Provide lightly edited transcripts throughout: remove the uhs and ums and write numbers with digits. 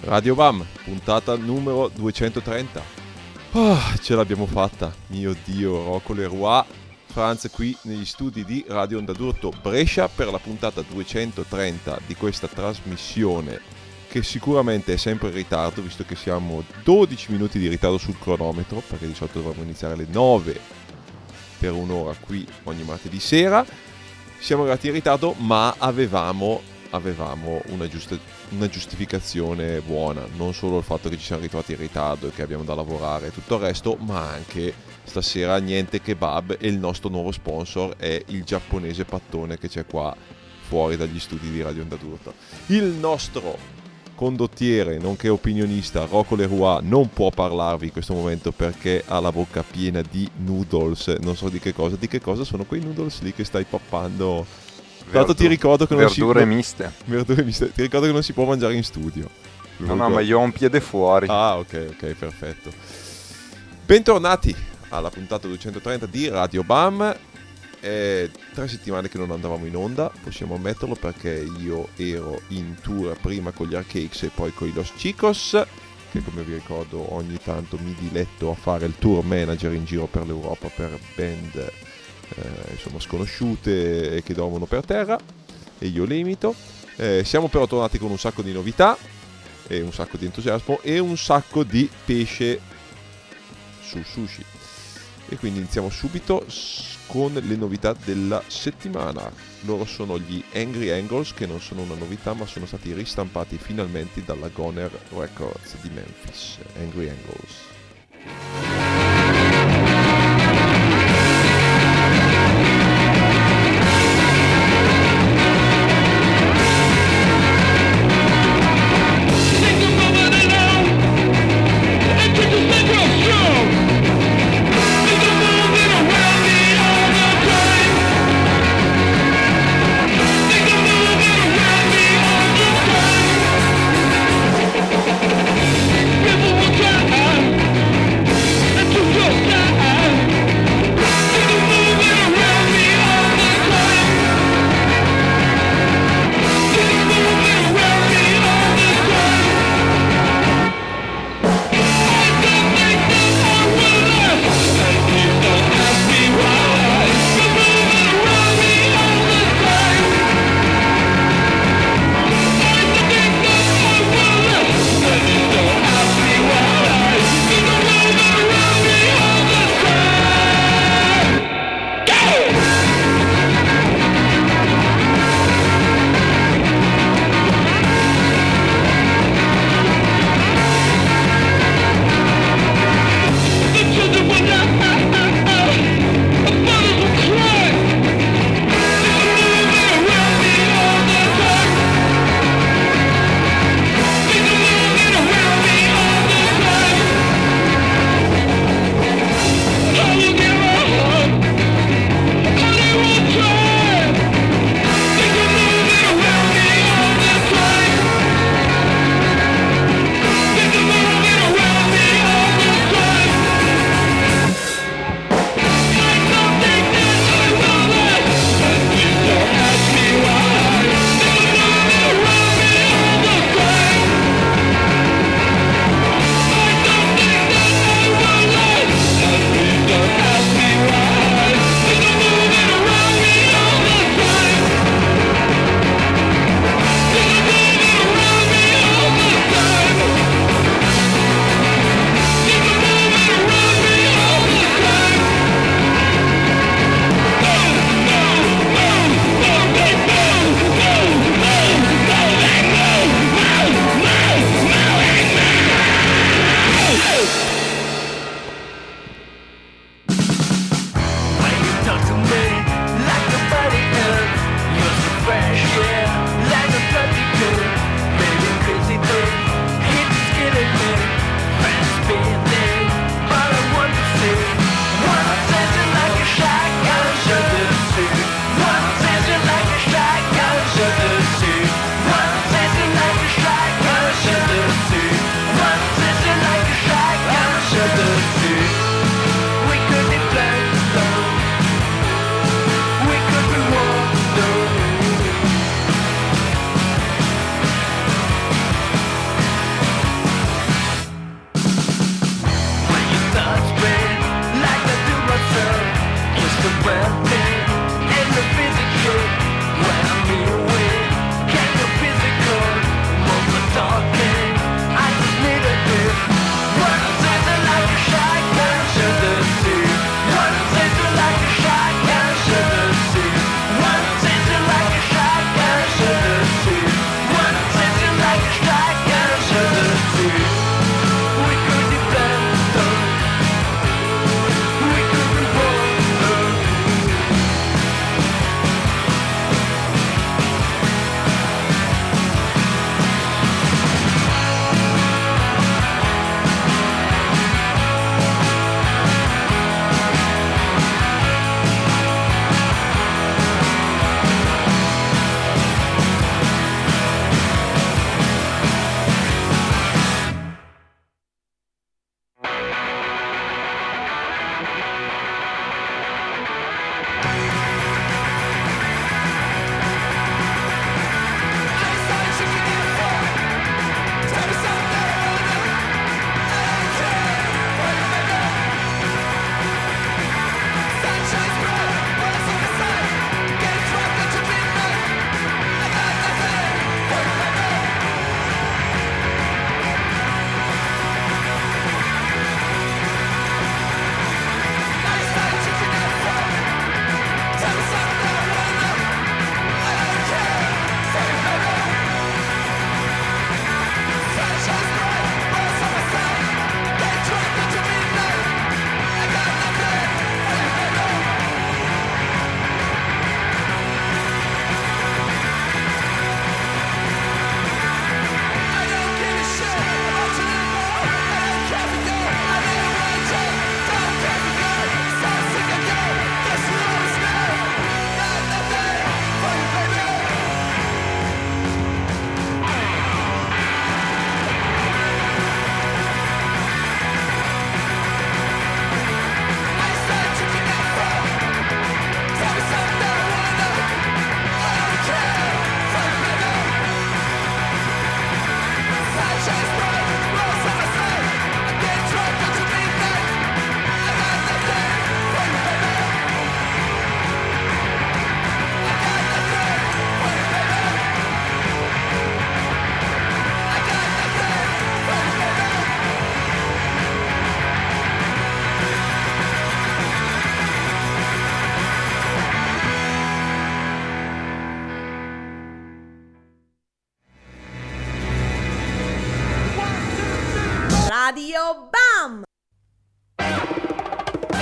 Radio BAM, puntata numero 230. Ce l'abbiamo fatta, mio Dio, Rocco Leroy, Franz qui negli studi di Radio Onda d'Urto Brescia per la puntata 230 di questa trasmissione che sicuramente è sempre in ritardo, visto che siamo 12 minuti di ritardo sul cronometro, perché di solito dovremmo iniziare alle 9 per un'ora qui ogni martedì sera. Siamo arrivati in ritardo, ma avevamo una giustificazione buona, non solo il fatto che ci siamo ritrovati in ritardo e che abbiamo da lavorare e tutto il resto, ma anche stasera niente kebab e il nostro nuovo sponsor è il giapponese pattone che c'è qua fuori dagli studi di Radio Onda d'Urto. Il nostro condottiere, nonché opinionista, Rocco Leroy, non può parlarvi in questo momento perché ha la bocca piena di noodles, non so di che cosa sono quei noodles lì che stai pappando. Tanto ti ricordo che verdure miste. Ti ricordo che non si può mangiare in studio. No, ma io ho un piede fuori. Ah, ok, perfetto. Bentornati alla puntata 230 di Radio BAM. 3 settimane che non andavamo in onda, possiamo ammetterlo, perché io ero in tour prima con gli Arcakes e poi con i Los Chicos, che come vi ricordo ogni tanto mi diletto a fare il tour manager in giro per l'Europa per band insomma sconosciute e che dormono per terra, e io le imito. Siamo però tornati con un sacco di novità e un sacco di entusiasmo e un sacco di pesce sul sushi, e quindi iniziamo subito con le novità della settimana. Loro sono gli Angry Angles, che non sono una novità ma sono stati ristampati finalmente dalla Goner Records di Memphis. Angry Angles.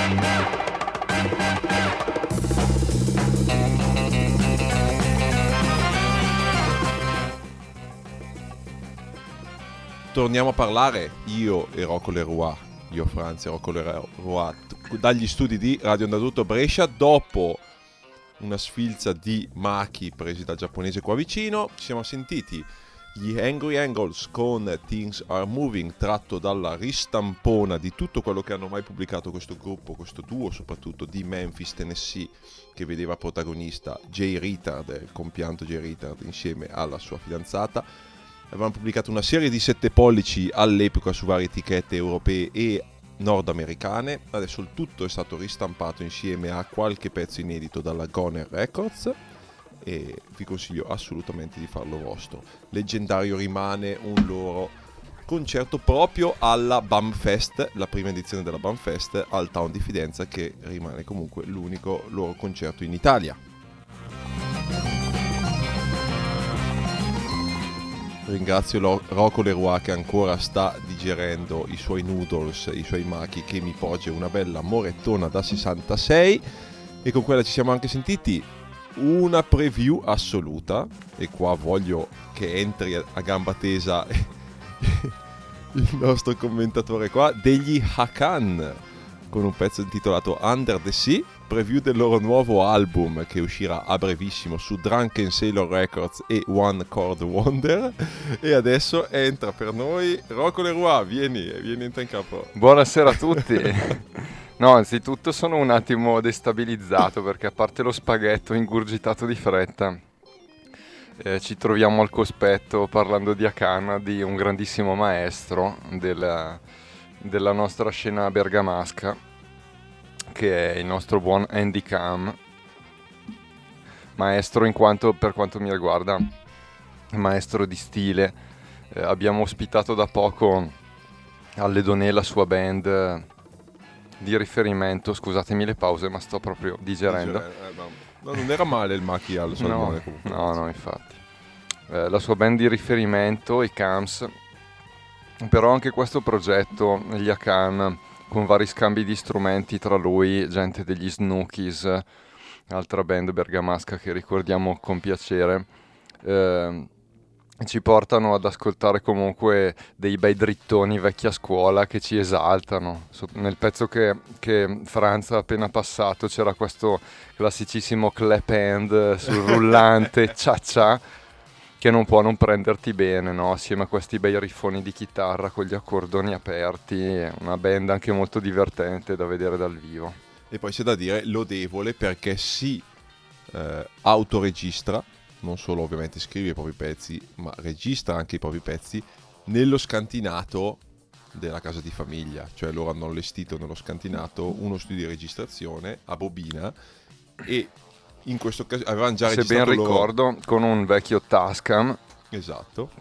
Torniamo a parlare, io e Rocco Leroy, io Franz e Rocco Leroy, dagli studi di Radio Onda d'Urto Brescia, dopo una sfilza di Maki presi dal giapponese qua vicino. Ci siamo sentiti gli Angry Angles con Things Are Moving, tratto dalla ristampona di tutto quello che hanno mai pubblicato questo gruppo, questo duo soprattutto di Memphis, Tennessee, che vedeva protagonista Jay Retard, il compianto Jay Retard, insieme alla sua fidanzata. Avevano pubblicato una serie di 7 pollici all'epoca su varie etichette europee e nordamericane. Adesso il tutto è stato ristampato insieme a qualche pezzo inedito dalla Goner Records e vi consiglio assolutamente di farlo vostro. Leggendario rimane un loro concerto proprio alla Bumfest, la prima edizione della Bumfest al Town di Fidenza, che rimane comunque l'unico loro concerto in Italia. Ringrazio Rocco Leroy che ancora sta digerendo i suoi noodles, i suoi maki, che mi pogge una bella morettona da 66, e con quella ci siamo anche sentiti una preview assoluta, e qua voglio che entri a gamba tesa il nostro commentatore qua, degli Hakan, con un pezzo intitolato Under the Sea, preview del loro nuovo album che uscirà a brevissimo su Drunken Sailor Records e One Chord Wonder. E adesso entra per noi Rocco Leroy, vieni entra in capo. Buonasera a tutti. No, anzitutto sono un attimo destabilizzato perché, a parte lo spaghetto ingurgitato di fretta, ci troviamo al cospetto, parlando di Hakan, di un grandissimo maestro della nostra scena bergamasca, che è il nostro buon Andy Cam, maestro in quanto, per quanto mi riguarda, maestro di stile. Abbiamo ospitato da poco alle Donè la sua band di riferimento. Scusatemi le pause, ma sto proprio digerendo. No, non era male il Maki al salmone comunque. No, infatti. La sua band di riferimento, i Cams. Però anche questo progetto, gli Hakan, con vari scambi di strumenti tra lui, gente degli Snookies, altra band bergamasca che ricordiamo con piacere, ci portano ad ascoltare comunque dei bei drittoni vecchia scuola che ci esaltano. Nel pezzo che Franz ha appena passato c'era questo classicissimo clap hand sul rullante cia-cia, che non può non prenderti bene, no? Assieme a questi bei riffoni di chitarra con gli accordoni aperti, una band anche molto divertente da vedere dal vivo. E poi c'è da dire lodevole perché si autoregistra, non solo ovviamente scrive i propri pezzi, ma registra anche i propri pezzi nello scantinato della casa di famiglia. Cioè loro hanno allestito nello scantinato uno studio di registrazione a bobina, e in questo caso avevano già registrato, se ben ricordo, loro, con un vecchio Tascam. Esatto.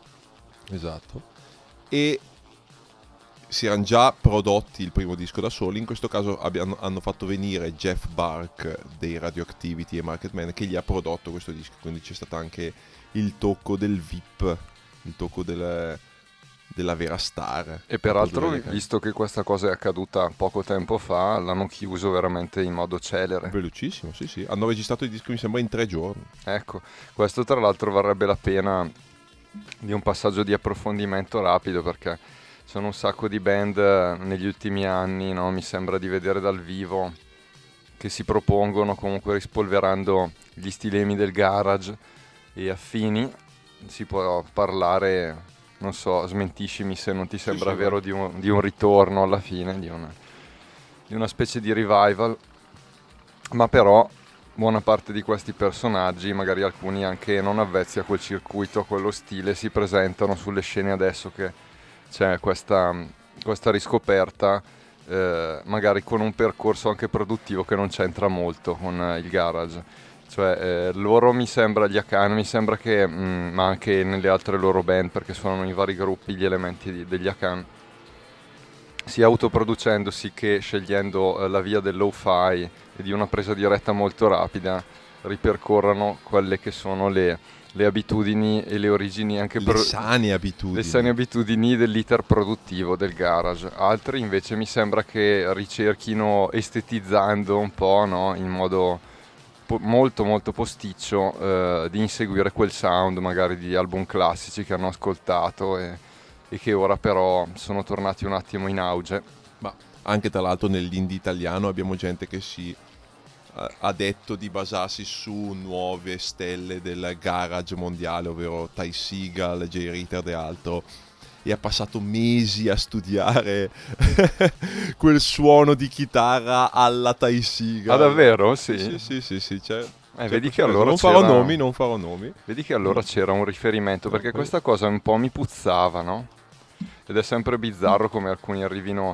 E si erano già prodotti il primo disco da soli. In questo caso hanno fatto venire Jeff Bark dei Radioactivity e Marketman, che gli ha prodotto questo disco, quindi c'è stato anche il tocco del VIP, il tocco della vera star. E peraltro, visto che questa cosa è accaduta poco tempo fa, l'hanno chiuso veramente in modo celere. Velocissimo, sì. Hanno registrato il disco, mi sembra, in 3 giorni. Ecco, questo tra l'altro varrebbe la pena di un passaggio di approfondimento rapido, perché sono un sacco di band negli ultimi anni, no? Mi sembra di vedere dal vivo, che si propongono comunque rispolverando gli stilemi del garage e affini. Si può parlare, non so, smentiscimi se non ti sembra vero, di un ritorno alla fine, di una specie di revival. Ma però buona parte di questi personaggi, magari alcuni anche non avvezzi a quel circuito, a quello stile, si presentano sulle scene adesso che c'è questa riscoperta, magari con un percorso anche produttivo che non c'entra molto con il garage. Cioè loro, mi sembra, gli Hakan, mi sembra che, ma anche nelle altre loro band, perché suonano in vari gruppi gli elementi degli Hakan, sia autoproducendosi che scegliendo la via del lo-fi e di una presa diretta molto rapida, ripercorrano quelle che sono le le abitudini e le origini anche le sane abitudini. Le sane abitudini dell'iter produttivo del garage. Altri invece mi sembra che ricerchino, estetizzando un po', no? In modo molto molto posticcio, di inseguire quel sound magari di album classici che hanno ascoltato e che ora però sono tornati un attimo in auge. Ma anche tra l'altro nell'indie italiano abbiamo gente che ha detto di basarsi su nuove stelle del garage mondiale, ovvero Ty Segall, Jay Ritter e altro, e ha passato mesi a studiare quel suono di chitarra alla Ty Segall. Ah, davvero? Sì. Sì. Vedi che allora non farò nomi. Vedi che allora c'era un riferimento, perché questa cosa un po' mi puzzava, no? Ed è sempre bizzarro come alcuni arrivino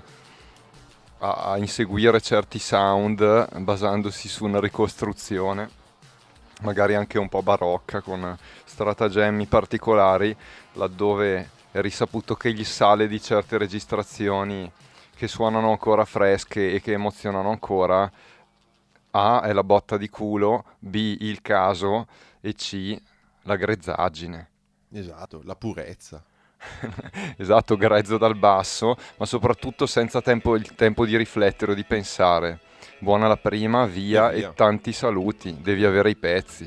a inseguire certi sound basandosi su una ricostruzione, magari anche un po' barocca, con stratagemmi particolari, laddove è risaputo che il sale di certe registrazioni che suonano ancora fresche e che emozionano ancora, A è la botta di culo, B il caso e C la grezzaggine. Esatto, la purezza. Esatto, grezzo dal basso, ma soprattutto senza il tempo di riflettere o di pensare. Buona la prima, via e tanti saluti, devi avere i pezzi.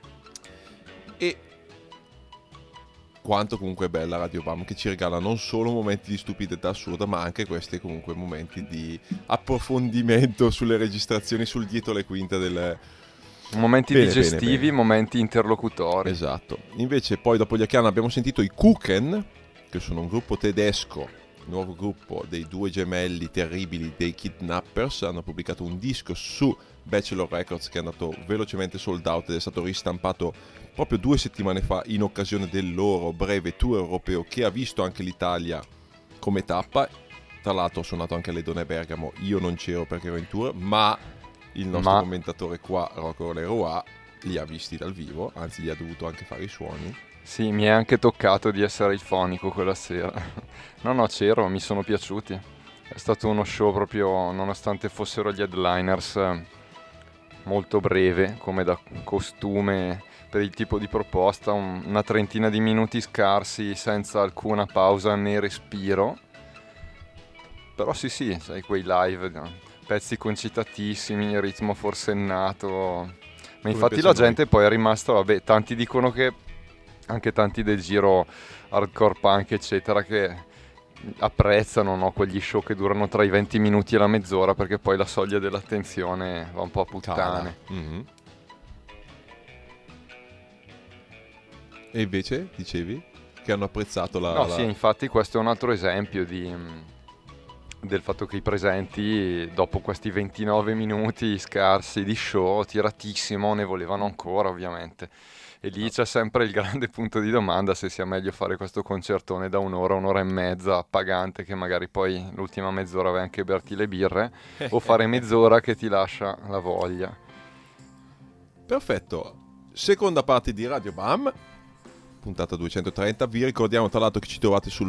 E quanto comunque è bella Radio Bam, che ci regala non solo momenti di stupidità assurda, ma anche questi comunque momenti di approfondimento sulle registrazioni, sul dietro le quinte del... Momenti digestivi, bene. Momenti interlocutori. Esatto. Invece poi dopo gli Akiana abbiamo sentito i Kuchen, che sono un gruppo tedesco, nuovo gruppo dei due gemelli terribili dei Kidnappers. Hanno pubblicato un disco su Bachelor Records che è andato velocemente sold out ed è stato ristampato proprio 2 settimane fa in occasione del loro breve tour europeo, che ha visto anche l'Italia come tappa. Tra l'altro ho suonato anche all'Edone Bergamo, io non c'ero perché ero in tour, ma il nostro commentatore qua, Rocco Leroy, li ha visti dal vivo, anzi gli ha dovuto anche fare i suoni. Sì, mi è anche toccato di essere il fonico quella sera. No, c'ero, mi sono piaciuti. È stato uno show proprio, nonostante fossero gli headliners, molto breve, come da costume per il tipo di proposta, una trentina di minuti scarsi, senza alcuna pausa né respiro. Però sì, sai, quei live, pezzi concitatissimi, ritmo forsennato. Ma infatti la gente poi è rimasta, tanti dicono che anche tanti del giro hardcore punk eccetera che apprezzano, no, quegli show che durano tra i 20 minuti e la mezz'ora, perché poi la soglia dell'attenzione va un po' a puttane. Mm-hmm. E invece dicevi che hanno apprezzato sì, infatti questo è un altro esempio del fatto che i presenti, dopo questi 29 minuti scarsi di show, tiratissimo, ne volevano ancora ovviamente. E lì c'è sempre il grande punto di domanda se sia meglio fare questo concertone da un'ora e mezza pagante, che magari poi l'ultima mezz'ora vai anche a berti le birre, o fare mezz'ora che ti lascia la voglia. Perfetto. Seconda parte di Radio Bam, puntata 230. Vi ricordiamo tra l'altro che ci trovate sul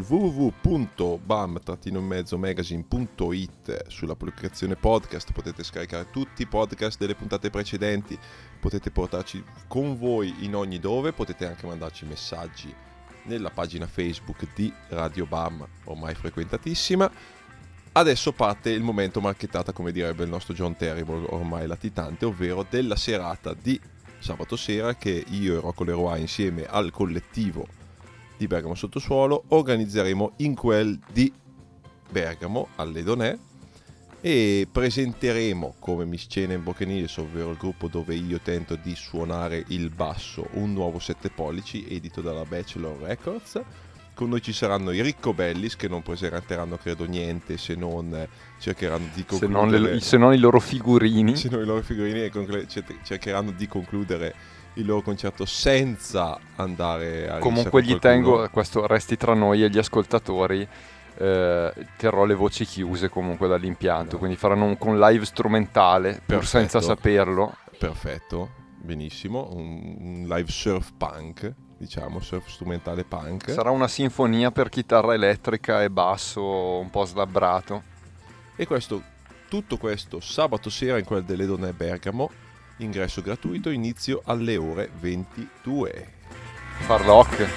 www.bam-magazine.it, sull'applicazione podcast. Potete scaricare tutti i podcast delle puntate precedenti, potete portarci con voi in ogni dove, potete anche mandarci messaggi nella pagina Facebook di Radio Bam, ormai frequentatissima. Adesso parte il momento marchettata, come direbbe il nostro John Terrible, ormai latitante, ovvero della serata di sabato sera che io e Rocco Leroy insieme al collettivo di Bergamo Sottosuolo organizzeremo in quel di Bergamo all'Edonè, e presenteremo come Miscena in Bockenils, ovvero il gruppo dove io tento di suonare il basso, un nuovo 7 pollici edito dalla Bachelor Records. Con noi ci saranno i Riccobellis, che non presenteranno credo niente se non cercheranno di concludere, se non i loro figurini, e cercheranno di concludere il loro concerto senza andare a... Comunque gli tengo, questo resti tra noi e gli ascoltatori, terrò le voci chiuse comunque dall'impianto, no. Quindi faranno un live strumentale, pur senza saperlo. Perfetto, benissimo, un live surf punk, diciamo, surf strumentale punk. Sarà una sinfonia per chitarra elettrica e basso un po' slabbrato. E tutto questo sabato sera in quel dell'Edonè Bergamo, ingresso gratuito, inizio alle ore 22. Farlocke.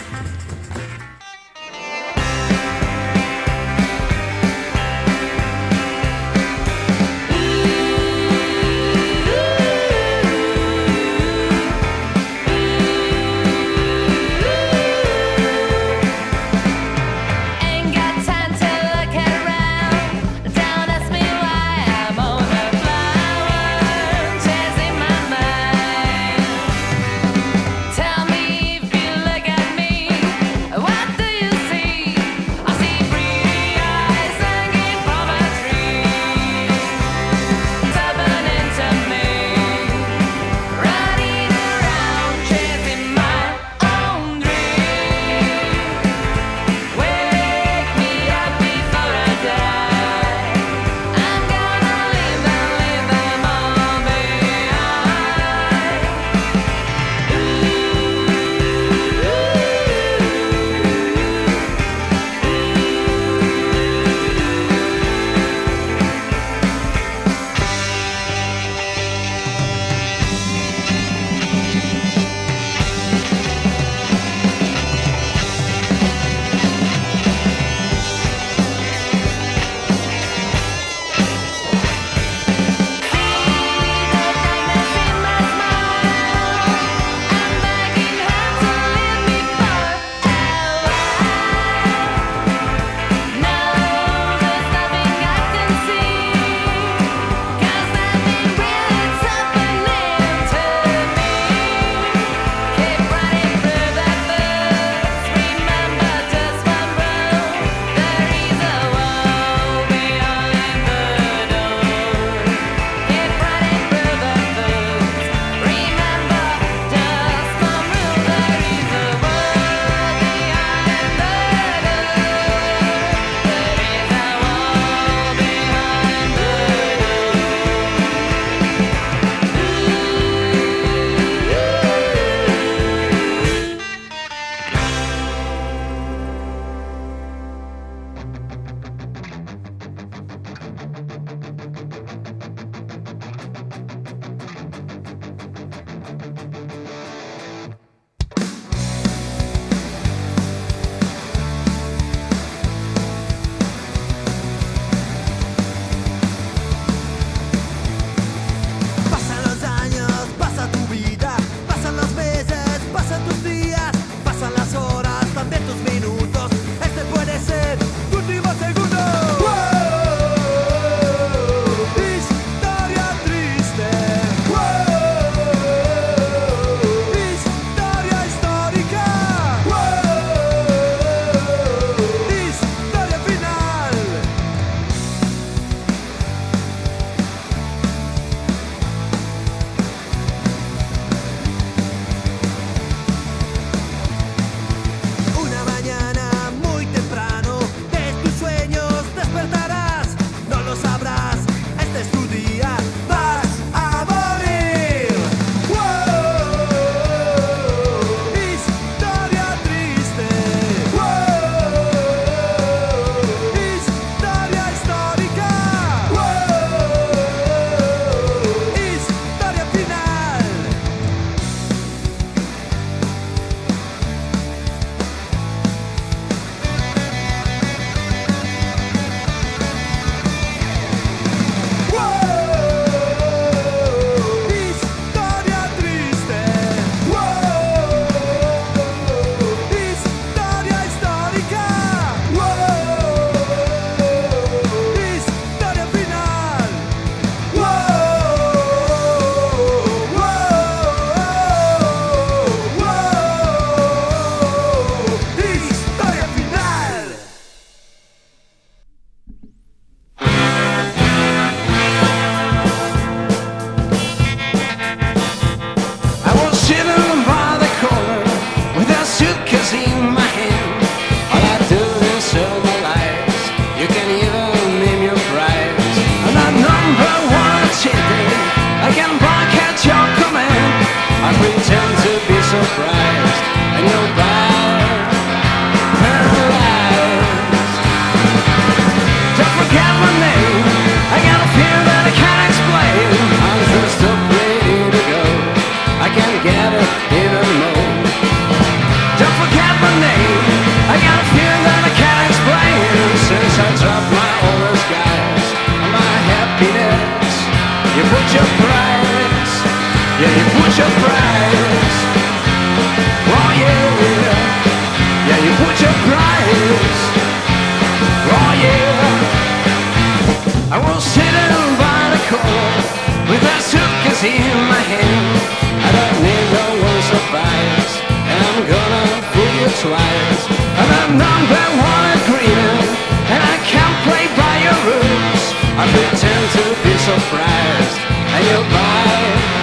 You put your price, yeah, you put your price. Oh yeah, yeah, you put your price. Oh yeah. I was sitting by the corner with a suitcase in my hand. I don't need no one surprise, and I'm gonna fool you twice. I'm a number one agreement, and I can't play by your rules. I pretend to be surprised, and you buy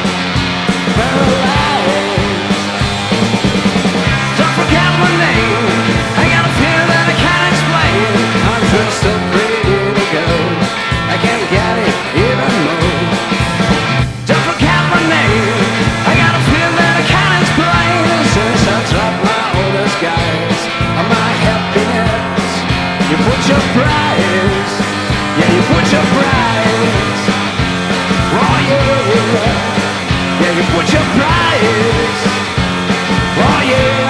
paralyzed. Don't forget my name, I got a fear that I can't explain. I'm just so pretty to go, I can't get it even more. Don't forget my name, I got a fear that I can't explain. Since I dropped my old disguise on my happiness, you put your price, yeah, you put your price. Oh yeah, yeah, you put your price. Oh yeah.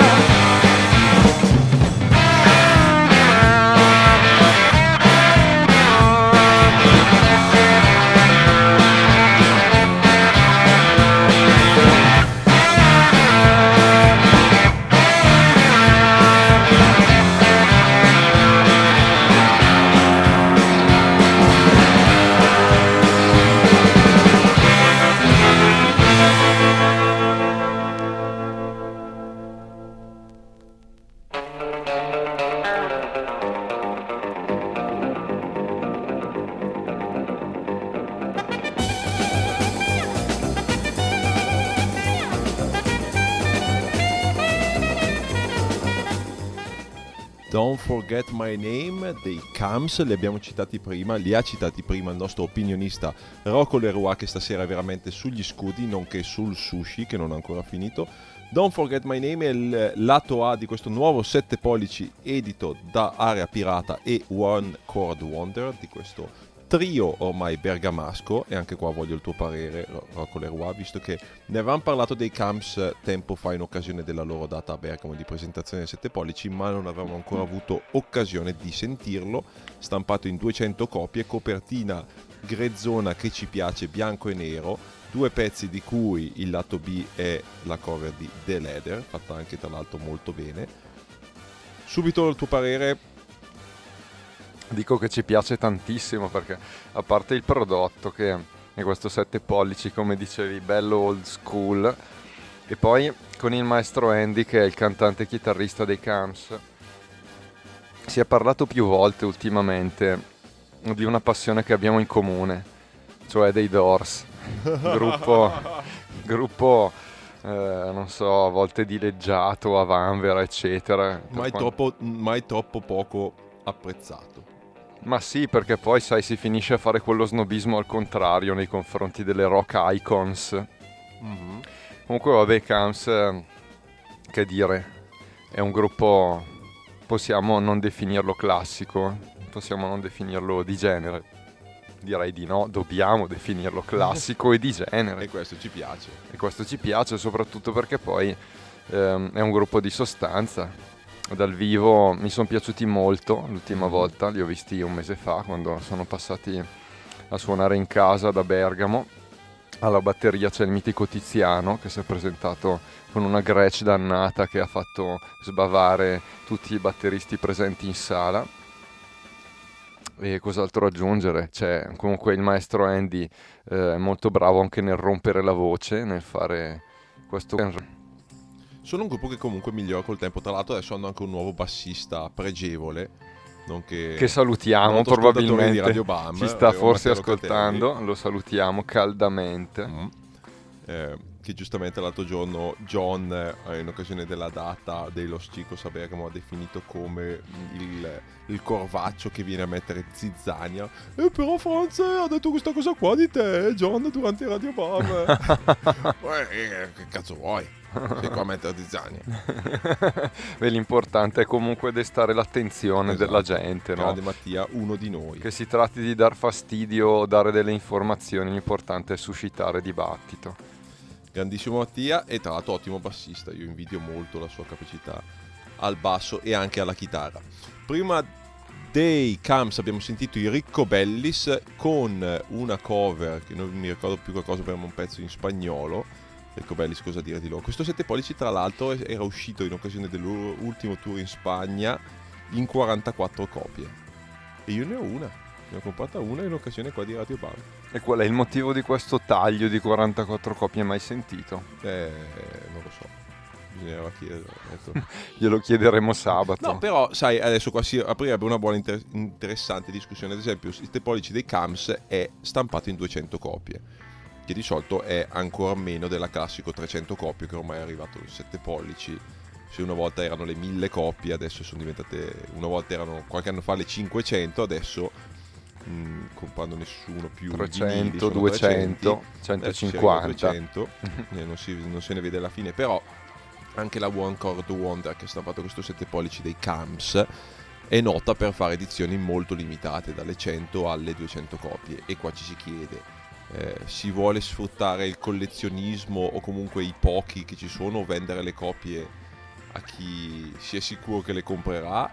Don't Forget My Name dei Cams, li abbiamo citati prima, li ha citati prima il nostro opinionista Rocco Leroy, che stasera è veramente sugli scudi, nonché sul sushi, che non ha ancora finito. Don't Forget My Name è il lato A di questo nuovo 7 pollici edito da Area Pirata e One Chord Wonder, di questo trio ormai bergamasco. E anche qua voglio il tuo parere, Rocco Leroy, visto che ne avevamo parlato dei Cams tempo fa in occasione della loro data a Bergamo di presentazione dei 7 pollici, ma non avevamo ancora avuto occasione di sentirlo. Stampato in 200 copie, copertina grezzona che ci piace, bianco e nero, 2 pezzi di cui il lato B è la cover di The Leather, fatta anche tra l'altro molto bene. Subito il tuo parere. Dico che ci piace tantissimo perché, a parte il prodotto che è questo 7 pollici, come dicevi, bello old school, e poi con il maestro Andy, che è il cantante e chitarrista dei Cams, si è parlato più volte ultimamente di una passione che abbiamo in comune, cioè dei Doors, gruppo non so, a volte dileggiato, a vanvera, eccetera. Mai troppo poco apprezzato. Ma sì, perché poi sai, si finisce a fare quello snobismo al contrario nei confronti delle rock icons. Mm-hmm. Comunque vabbè, Cams, che dire, è un gruppo, possiamo non definirlo classico, possiamo non definirlo di genere. Direi di no, dobbiamo definirlo classico e di genere. E questo ci piace. E questo ci piace soprattutto perché poi è un gruppo di sostanza. Dal vivo mi sono piaciuti molto, l'ultima volta li ho visti un mese fa, quando sono passati a suonare in casa da Bergamo. Alla batteria c'è il mitico Tiziano, che si è presentato con una Gretsch dannata che ha fatto sbavare tutti i batteristi presenti in sala. E cos'altro aggiungere? C'è comunque il maestro Andy, è molto bravo anche nel rompere la voce, nel fare questo. Sono un gruppo che comunque migliora col tempo. Tra l'altro adesso hanno anche un nuovo bassista pregevole, nonché che salutiamo, probabilmente di Radio Bam, ci sta forse Matteo ascoltando, Catelli. lo salutiamo caldamente. Che giustamente l'altro giorno John, in occasione della data dei Los Chicos a Bergamo, ha definito come il corvaccio che viene a mettere zizzania. Però Franz ha detto questa cosa qua di te, John, durante il Radio Bam. Che cazzo vuoi? Sei qua a mettere zizzania. Beh, l'importante è comunque destare l'attenzione della gente, no? Grande Mattia, uno di noi. Che si tratti di dar fastidio o dare delle informazioni, l'importante è suscitare dibattito. Grandissimo Mattia, e tra l'altro ottimo bassista. Io invidio molto la sua capacità al basso e anche alla chitarra. Prima Dei Cams abbiamo sentito i Riccobellis con una cover che non mi ricordo più qualcosa, per un pezzo in spagnolo. Riccobellis, cosa dire di loro? Questo 7 pollici tra l'altro era uscito in occasione del loro ultimo tour in Spagna in 44 copie e io ne ho una, ne ho comprata una in occasione qua di Radio Band. E qual è il motivo di questo taglio di 44 copie mai sentito? Non lo so, bisognava chiedere. Glielo chiederemo sabato. No, però sai, adesso qua si aprirebbe una buona interessante discussione. Ad esempio, il 7 pollici dei Cams è stampato in 200 copie, che di solito è ancora meno della classico 300 copie che ormai è arrivato il 7 pollici. Se una volta erano le 1000 copie, adesso sono diventate, una volta erano qualche anno fa le 500, adesso comprando nessuno più 300, 200, 150, 200, non se ne vede la fine. Però anche la One Chord Wonder, che ha stampato questo 7 pollici dei Cams, è nota per fare edizioni molto limitate, dalle 100 alle 200 copie. E qua ci si chiede, si vuole sfruttare il collezionismo o comunque i pochi che ci sono, vendere le copie a chi si è sicuro che le comprerà,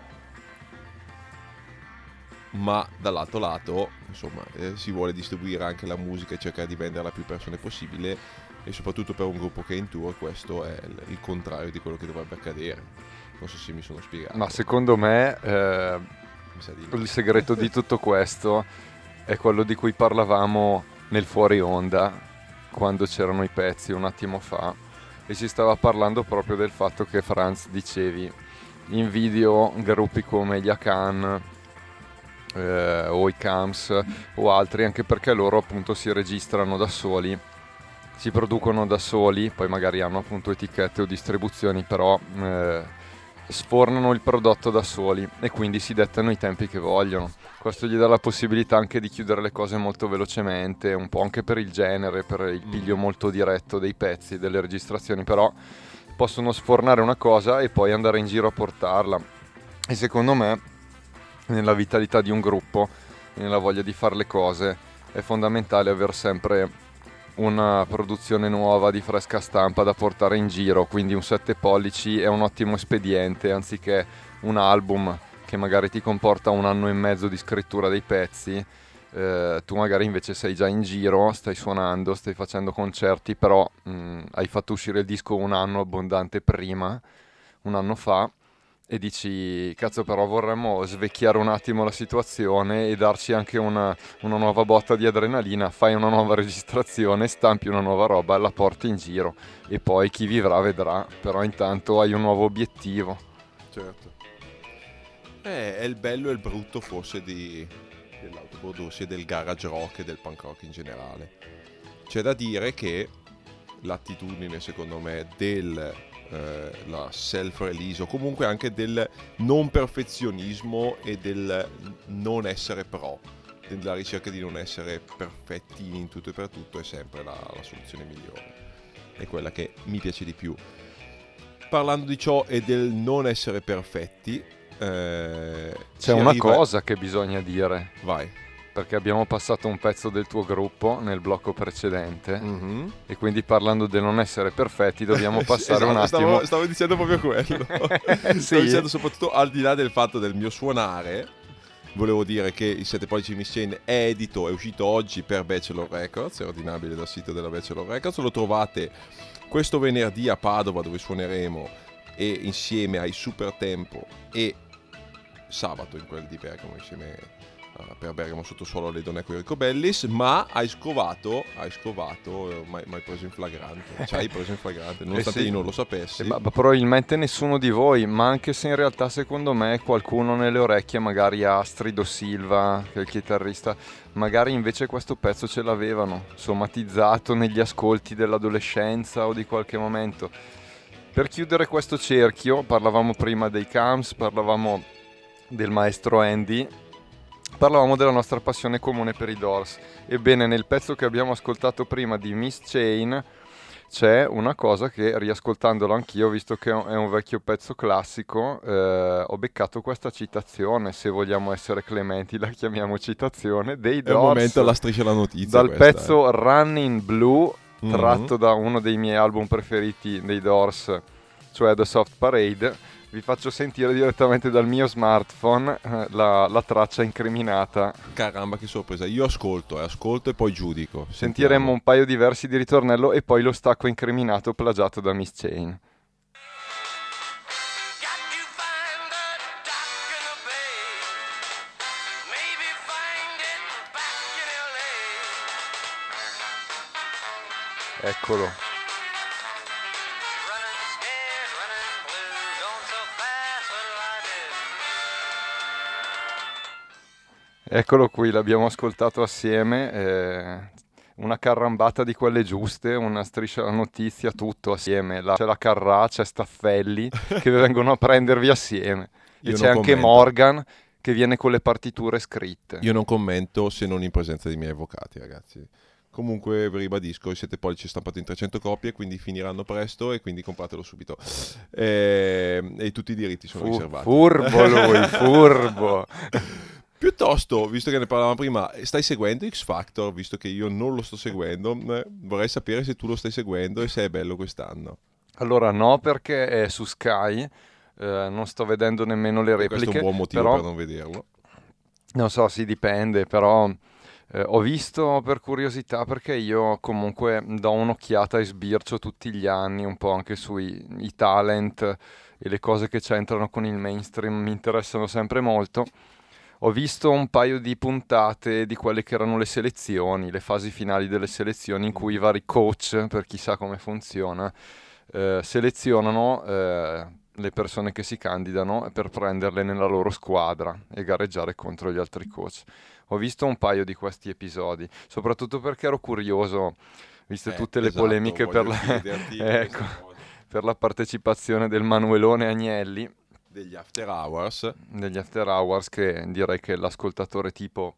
ma dall'altro lato insomma si vuole distribuire anche la musica e cercare di venderla a più persone possibile, e soprattutto per un gruppo che è in tour questo è il contrario di quello che dovrebbe accadere. Non so se mi sono spiegato. Ma secondo me il segreto di tutto questo è quello di cui parlavamo nel fuori onda quando c'erano i pezzi un attimo fa, e si stava parlando proprio del fatto che, Franz, dicevi, invidio gruppi come gli Akan o i Cams o altri, anche perché loro appunto si registrano da soli, si producono da soli, poi magari hanno appunto etichette o distribuzioni, però sfornano il prodotto da soli e quindi si dettano i tempi che vogliono. Questo gli dà la possibilità anche di chiudere le cose molto velocemente, un po' anche per il genere, per il piglio molto diretto dei pezzi, delle registrazioni, però possono sfornare una cosa e poi andare in giro a portarla. E secondo me nella vitalità di un gruppo, nella voglia di fare le cose, è fondamentale aver sempre una produzione nuova di fresca stampa da portare in giro, quindi un 7 pollici è un ottimo espediente, anziché un album che magari ti comporta 1 anno e mezzo di scrittura dei pezzi. Tu magari invece sei già in giro, stai suonando, stai facendo concerti, però hai fatto uscire il disco 1 anno abbondante prima, 1 anno fa, e dici cazzo, però vorremmo svecchiare un attimo la situazione e darci anche una nuova botta di adrenalina. Fai una nuova registrazione, stampi una nuova roba, la porti in giro e poi chi vivrà vedrà, però intanto hai un nuovo obiettivo. Certo, è il bello e il brutto forse dell'autoprodursi e del garage rock e del punk rock in generale. C'è da dire che l'attitudine, secondo me, la self-release o comunque anche del non perfezionismo e del non essere pro, della ricerca di non essere perfetti in tutto e per tutto, è sempre la soluzione migliore, è quella che mi piace di più. Parlando di ciò e del non essere perfetti, c'è una cosa che bisogna dire. Vai. Perché abbiamo passato un pezzo del tuo gruppo nel blocco precedente, e quindi parlando del non essere perfetti dobbiamo passare un attimo. Stavo dicendo proprio quello. Sì. Stavo dicendo soprattutto, al di là del fatto del mio suonare, volevo dire che il 7 pollici Miss Chain è edito, è uscito oggi per Bachelor Records, è ordinabile dal sito della Bachelor Records, lo trovate questo venerdì a Padova dove suoneremo, e insieme ai Super Tempo, e sabato in quel di Bergamo insieme per Bergamo Sottosuolo alle donne con i Riccobellis. Ma hai scovato, mai preso in flagrante, ci hai preso in flagrante, nonostante sì. io non lo sapessi. Ma probabilmente nessuno di voi, ma anche se in realtà secondo me qualcuno nelle orecchie, magari Astrid o Silva, che è il chitarrista, magari invece questo pezzo ce l'avevano somatizzato negli ascolti dell'adolescenza o di qualche momento. Per chiudere questo cerchio, parlavamo prima dei Cams, parlavamo del maestro Andy, parlavamo della nostra passione comune per i Doors. Ebbene, nel pezzo che abbiamo ascoltato prima di Miss Chain c'è una cosa che, riascoltandolo anch'io, visto che è un vecchio pezzo classico, ho beccato questa citazione, se vogliamo essere clementi la chiamiamo citazione, dei Doors. È un momento la striscia la notizia. Dal pezzo Running Blue, tratto da uno dei miei album preferiti dei Doors, cioè The Soft Parade. vi faccio sentire direttamente dal mio smartphone la traccia incriminata. Caramba, che sorpresa. Io ascolto e poi giudico. Sentiremo un paio di versi di ritornello e poi lo stacco incriminato plagiato da Miss Chain. Eccolo. Eccolo qui, l'abbiamo ascoltato assieme, una carrambata di quelle giuste, una striscia alla notizia, tutto assieme. C'è la Carrà, c'è Staffelli che vengono a prendervi assieme. E c'è anche Morgan che viene con le partiture scritte. Io non commento se non in presenza dei miei avvocati, ragazzi. Comunque vi ribadisco, i 7 pollici stampati in 300 copie, quindi finiranno presto e quindi compratelo subito. E tutti i diritti sono riservati. Furbo lui, furbo. Piuttosto, visto che ne parlavamo prima, stai seguendo X Factor, visto che io non lo sto seguendo, vorrei sapere se tu lo stai seguendo e se è bello quest'anno. Allora no, perché è su Sky, non sto vedendo nemmeno le repliche. Questo è un buon motivo però, per non vederlo. Non so, sì, dipende, però ho visto per curiosità, perché io comunque do un'occhiata e sbircio tutti gli anni un po' anche sui i talent e le cose che c'entrano con il mainstream, mi interessano sempre molto. Ho visto un paio di puntate di quelle che erano le selezioni, le fasi finali delle selezioni, in cui i vari coach, per chi sa come funziona, selezionano le persone che si candidano per prenderle nella loro squadra e gareggiare contro gli altri coach. Ho visto un paio di questi episodi, soprattutto perché ero curioso, viste tutte le polemiche per la partecipazione del Manuelone Agnelli. Degli After Hours. Degli After Hours, che direi che l'ascoltatore tipo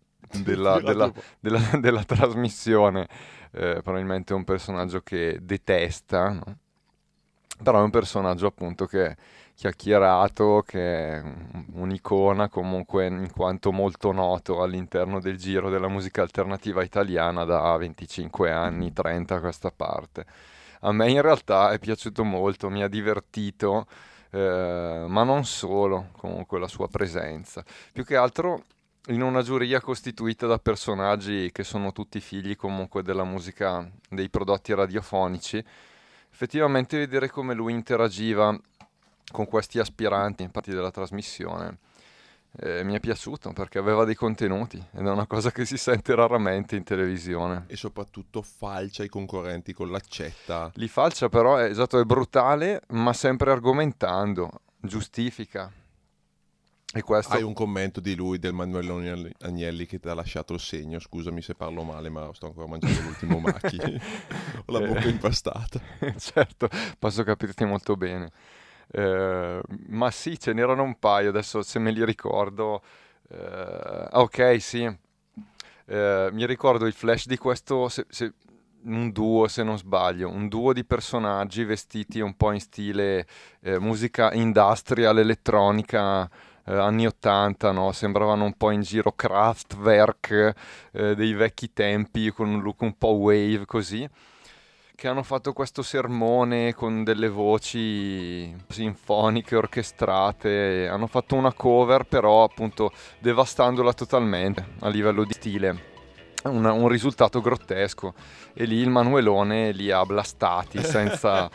della trasmissione probabilmente è un personaggio che detesta, no? Però è un personaggio appunto che è chiacchierato, che è un'icona comunque, in quanto molto noto all'interno del giro della musica alternativa italiana da 25 anni, 30 a questa parte. A me in realtà è piaciuto molto, mi ha divertito, ma non solo, comunque la sua presenza. Più che altro in una giuria costituita da personaggi che sono tutti figli comunque della musica, dei prodotti radiofonici. Effettivamente vedere come lui interagiva con questi aspiranti in parte della trasmissione mi è piaciuto, perché aveva dei contenuti ed è una cosa che si sente raramente in televisione. E soprattutto falcia i concorrenti con l'accetta. Li falcia, però è brutale, ma sempre argomentando, giustifica. E questo... Hai un commento di lui, del Manuelone Agnelli, che ti ha lasciato il segno? Scusami se parlo male, ma sto ancora mangiando l'ultimo macchi. Ho la bocca impastata. Certo, posso capirti molto bene. Ma sì, ce n'erano un paio, adesso se me li ricordo. Ok, sì. Mi ricordo il flash di questo, un duo, se non sbaglio, un duo di personaggi vestiti un po' in stile musica industrial, elettronica, anni 80, no? Sembravano un po' in giro Kraftwerk dei vecchi tempi, con un look un po' wave così, che hanno fatto questo sermone con delle voci sinfoniche, orchestrate. Hanno fatto una cover, però appunto devastandola totalmente a livello di stile. Un risultato grottesco, e lì il Manuelone li ha blastati senza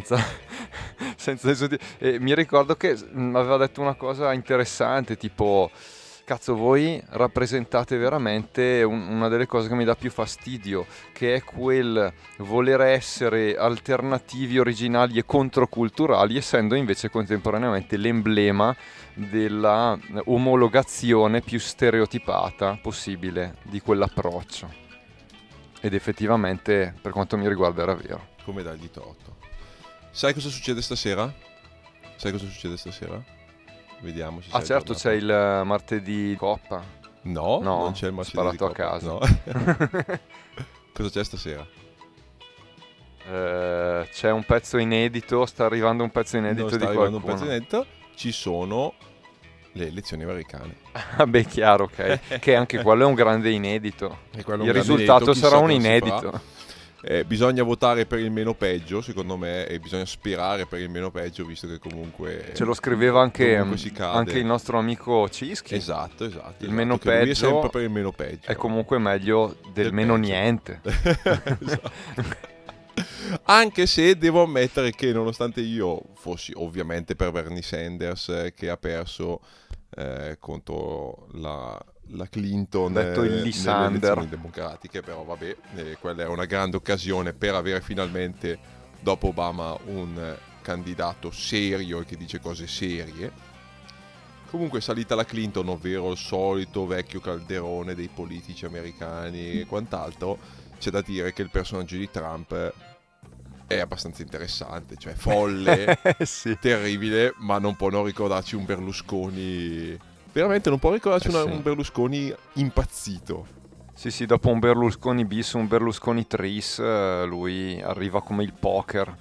e mi ricordo che aveva detto una cosa interessante, tipo: cazzo, voi rappresentate veramente una delle cose che mi dà più fastidio, che è quel voler essere alternativi, originali e controculturali, essendo invece contemporaneamente l'emblema della omologazione più stereotipata possibile di quell'approccio. Ed effettivamente, per quanto mi riguarda, era vero. Come dargli torto. Sai cosa succede stasera? Vediamo. Certo, c'è il martedì Coppa. No, non c'è il martedì sparato Coppa. a caso. No. Cosa c'è stasera? C'è un pezzo inedito, sta arrivando un pezzo inedito di qualcuno. Ci sono le elezioni americane. Ah beh, chiaro, ok. Che anche quello è un grande inedito. Il risultato sarà un inedito. Bisogna votare per il meno peggio, secondo me, e bisogna sperare per il meno peggio, visto che comunque Ce lo scriveva anche si cade. anche il nostro amico Cischi. Esatto. Il meno che lui è peggio sempre per il meno peggio. è comunque meglio del meno peggio. niente. Esatto. Anche se devo ammettere che nonostante io fossi ovviamente per Bernie Sanders, che ha perso contro la Clinton Detto il nelle Lysander. elezioni democratiche, però vabbè, quella era una grande occasione per avere finalmente dopo Obama un candidato serio e che dice cose serie. Comunque è salita la Clinton, ovvero il solito vecchio calderone dei politici americani e quant'altro. C'è da dire che il personaggio di Trump è abbastanza interessante, cioè folle, Sì. terribile, ma non può non ricordarci un Berlusconi. Veramente non può ricordarci Sì. un Berlusconi impazzito. Sì, dopo un Berlusconi bis, un Berlusconi tris, lui arriva come il poker.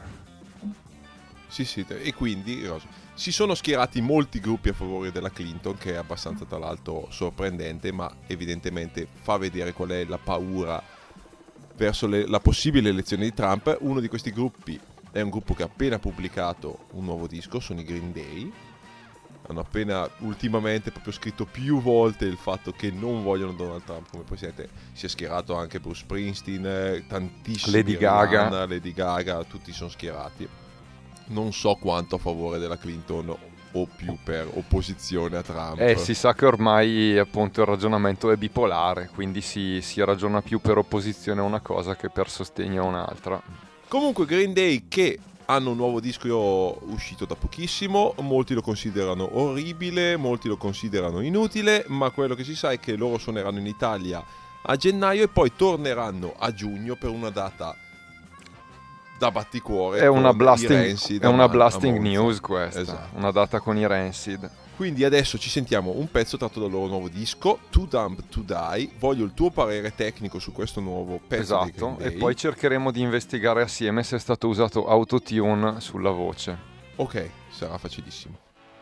Sì, e quindi si sono schierati molti gruppi a favore della Clinton, che è abbastanza tra l'altro sorprendente, ma evidentemente fa vedere qual è la paura verso la possibile elezione di Trump. Uno di questi gruppi è un gruppo che ha appena pubblicato un nuovo disco, sono i Green Day. Hanno appena ultimamente proprio scritto più volte il fatto che non vogliono Donald Trump come presidente. Si è schierato anche Bruce Springsteen, tantissimi, Lady Gaga. Rihanna, Lady Gaga, tutti sono schierati. Non so quanto a favore della Clinton o più per opposizione a Trump. Si sa che ormai appunto il ragionamento è bipolare, quindi si ragiona più per opposizione a una cosa che per sostegno a un'altra. Comunque Green Day, che hanno un nuovo disco uscito da pochissimo, molti lo considerano orribile, molti lo considerano inutile, ma quello che si sa è che loro suoneranno in Italia a gennaio e poi torneranno a giugno per una data da batticuore. È una con i blasting, Rancid è una a blasting Monza. news questa, Esatto. una data con i Rancid. Quindi adesso ci sentiamo un pezzo tratto dal loro nuovo disco, Too Dumb to Die. Voglio il tuo parere tecnico su questo nuovo pezzo di Green Esatto, Day. e poi cercheremo di investigare assieme se è stato usato autotune sulla voce. Ok, sarà facilissimo.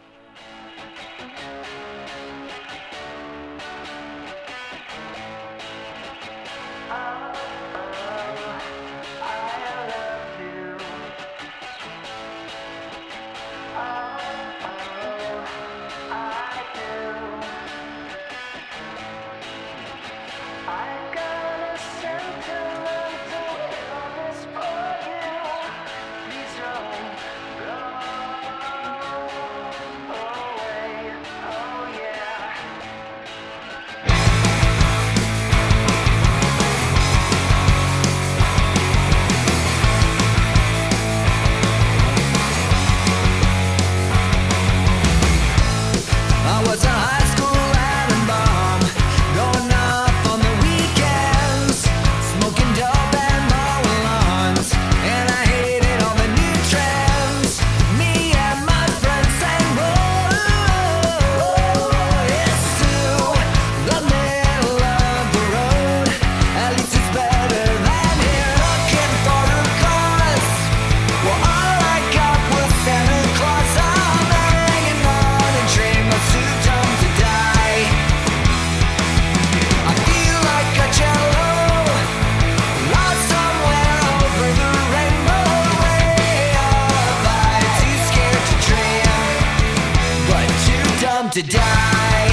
To die.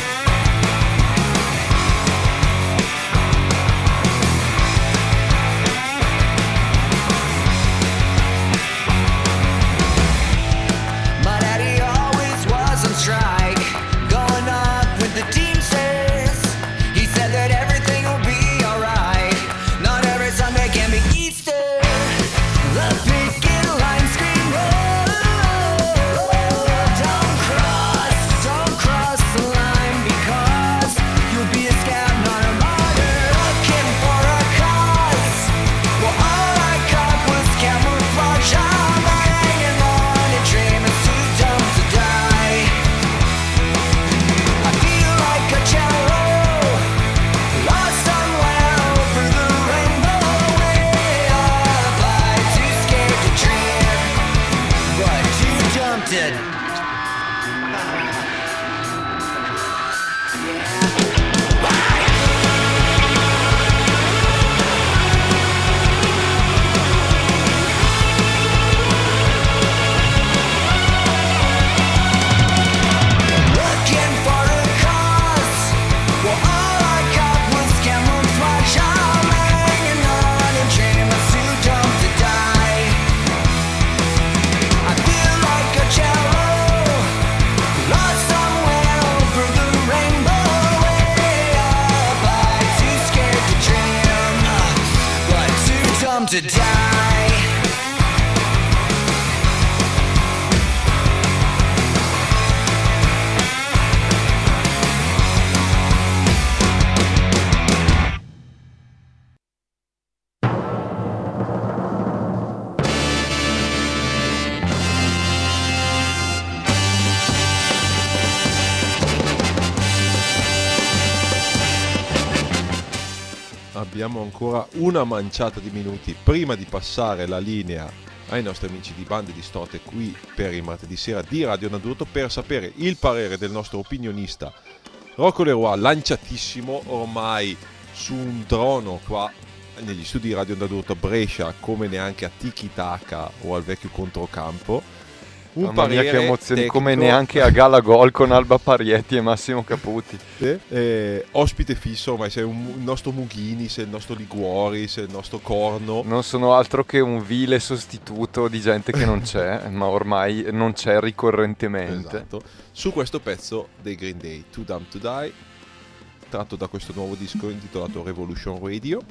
My daddy always was on strike, going up with the Teamsters. He said that everything will be alright. Not every Sunday can be Easter. The picket line scream, don't cross the line because you'll be a scab, not a martyr. Looking for a cause. Well, all I got was camouflage. I'm hanging on a dream. It's too dumb to die. I feel like a cello, lost somewhere over the rainbow. Way come to die. Abbiamo ancora una manciata di minuti prima di passare la linea ai nostri amici di Bande Distorte qui per il martedì sera di Radio Nadurto per sapere il parere del nostro opinionista Rocco Leroy, lanciatissimo ormai su un trono qua negli studi di Radio Nadurto a Brescia come neanche a Tiki Taka o al vecchio controcampo. Mamma mia che emozioni, come neanche a Gala Gol con Alba Parietti e Massimo Caputi. Ospite fisso, ormai sei il nostro Mughini, sei il nostro Liguori, sei il nostro Corno. Non sono altro che un vile sostituto di gente che non c'è, ma ormai non c'è ricorrentemente. Esatto. Su questo pezzo dei Green Day, Too Dumb to Die, tratto da questo nuovo disco intitolato Revolution Radio.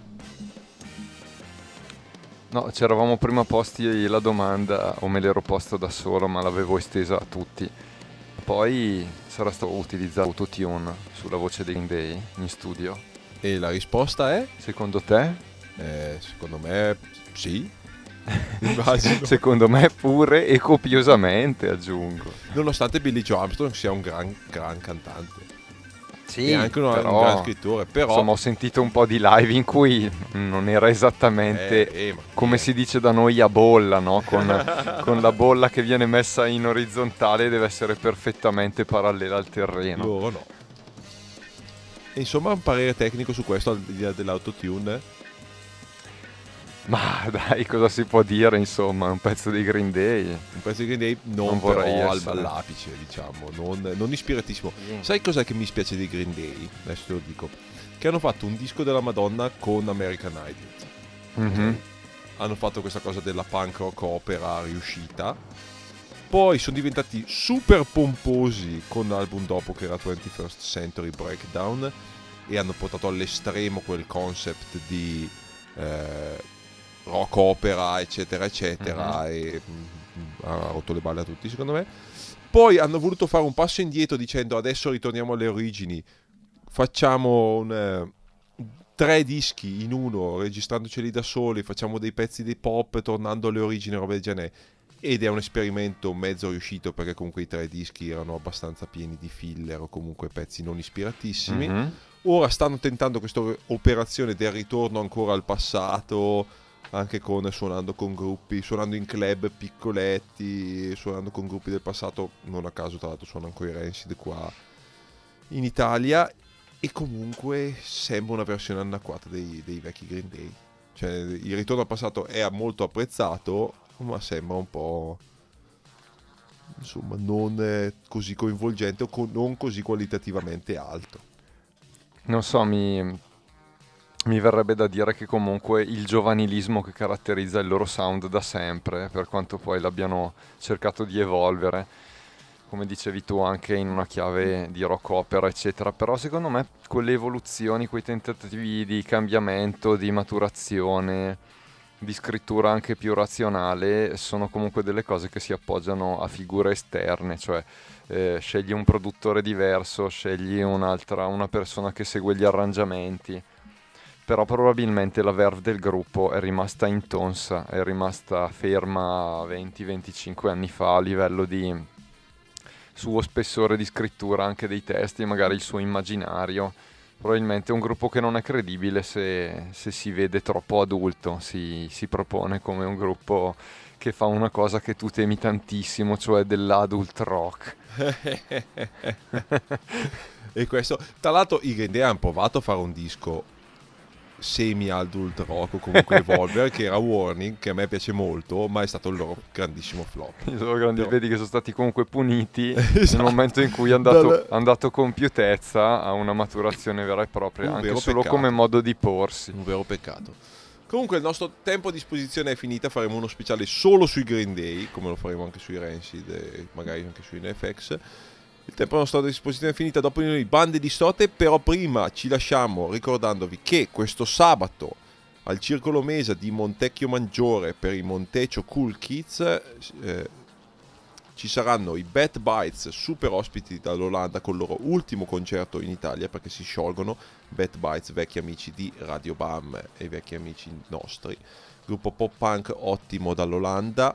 No, ci eravamo prima posti la domanda, o me l'ero posta da solo, ma l'avevo estesa a tutti. Poi sarà stato utilizzato autotune sulla voce dei Green Day in studio. E la risposta è? Secondo te? Secondo me sì. Immagino. Secondo me pure e copiosamente, aggiungo. Nonostante Billy Joe Armstrong sia un gran cantante. Sì, e anche un gran scrittore, però insomma ho sentito un po' di live in cui non era esattamente come si dice da noi a bolla, no? Con la bolla che viene messa in orizzontale deve essere perfettamente parallela al terreno. Loro no. E insomma un parere tecnico su questo al di là dell'autotune? Ma dai, cosa si può dire, insomma, un pezzo di Green Day. Un pezzo di Green Day non vorrei però essere all'apice, diciamo, non ispiratissimo. Sai cos'è che mi spiace di Green Day? Adesso te lo dico. Che hanno fatto un disco della Madonna con American Idol. Mm-hmm. Hanno fatto questa cosa della punk rock opera riuscita. Poi sono diventati super pomposi con l'album dopo che era 21st Century Breakdown e hanno portato all'estremo quel concept di rock opera eccetera eccetera, e ha rotto le balle a tutti secondo me. Poi hanno voluto fare un passo indietro dicendo adesso ritorniamo alle origini, facciamo 3 dischi in uno registrandoceli da soli, facciamo dei pezzi di pop tornando alle origini, roba del genere, ed è un esperimento mezzo riuscito perché comunque i 3 dischi erano abbastanza pieni di filler o comunque pezzi non ispiratissimi. Ora stanno tentando questa operazione del ritorno ancora al passato, anche suonando con gruppi, suonando in club piccoletti, suonando con gruppi del passato, non a caso tra l'altro suona ancora i Rancid qua in Italia, e comunque sembra una versione anacquata dei vecchi Green Day. Cioè il ritorno al passato è molto apprezzato, ma sembra un po', insomma, non così coinvolgente o non così qualitativamente alto. Non so, mi verrebbe da dire che comunque il giovanilismo che caratterizza il loro sound da sempre, per quanto poi l'abbiano cercato di evolvere, come dicevi tu, anche in una chiave di rock opera eccetera, però secondo me quelle evoluzioni, quei tentativi di cambiamento, di maturazione, di scrittura anche più razionale, sono comunque delle cose che si appoggiano a figure esterne, cioè scegli un produttore diverso, scegli una persona che segue gli arrangiamenti, però probabilmente la verve del gruppo è rimasta intonsa, è rimasta ferma 20-25 anni fa a livello di suo spessore di scrittura anche dei testi, magari il suo immaginario. Probabilmente è un gruppo che non è credibile se si vede troppo adulto, si propone come un gruppo che fa una cosa che tu temi tantissimo, cioè dell'adult rock. E questo, tra l'altro, i Green Day hanno provato a fare un disco semi-adult rock o comunque Evolver che era Warning, che a me piace molto, ma è stato il loro grandissimo flop. I loro grandi vedi che sono stati comunque puniti esatto. Nel momento in cui è andato compiutezza a una maturazione vera e propria, anche solo come modo di porsi. Un vero peccato. Comunque il nostro tempo a disposizione è finita, faremo uno speciale solo sui Green Day, come lo faremo anche sui Rancid e magari anche sui NFX. Il tempo a nostra disposizione è finita, dopo noi Bande Distorte, però prima ci lasciamo ricordandovi che questo sabato Al Circolo Mesa di Montecchio Maggiore per i Montecio Cool Kids ci saranno i Bad Bites, super ospiti dall'Olanda con il loro ultimo concerto in Italia, perché si sciolgono. Bad Bites, vecchi amici di Radio Bam e vecchi amici nostri, gruppo pop punk ottimo dall'Olanda,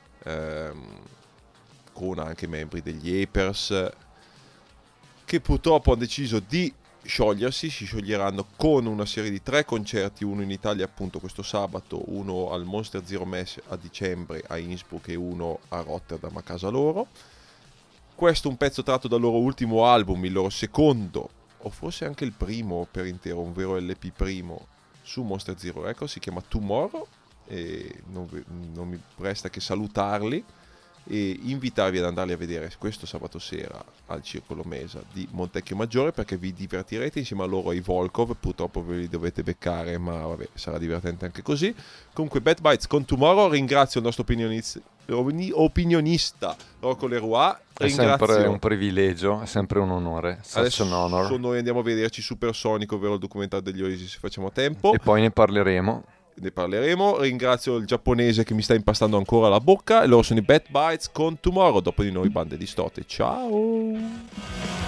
con anche membri degli Apers, che purtroppo hanno deciso di sciogliersi. Si scioglieranno con una serie di 3 concerti, uno in Italia appunto questo sabato, uno al Monster Zero Mess a dicembre a Innsbruck e uno a Rotterdam a casa loro. Questo un pezzo tratto dal loro ultimo album, il loro secondo o forse anche il primo per intero, un vero LP primo su Monster Zero Records, si chiama Tomorrow, e non mi resta che salutarli e invitarvi ad andarli a vedere questo sabato sera al Circolo Mesa di Montecchio Maggiore, perché vi divertirete insieme a loro ai Volkov. Purtroppo ve li dovete beccare, ma vabbè, sarà divertente anche così. Comunque Bad Bites con Tomorrow. Ringrazio il nostro opinionista Rocco Leroy. È sempre un privilegio, è sempre un onore. Adesso noi andiamo a vederci Supersonico, ovvero il documentario degli Oasis, se facciamo tempo, e poi ne parleremo. Ringrazio il giapponese che mi sta impastando ancora la bocca, e loro sono i Bad Bites con Tomorrow. Dopo di noi, bande distorte. Ciao.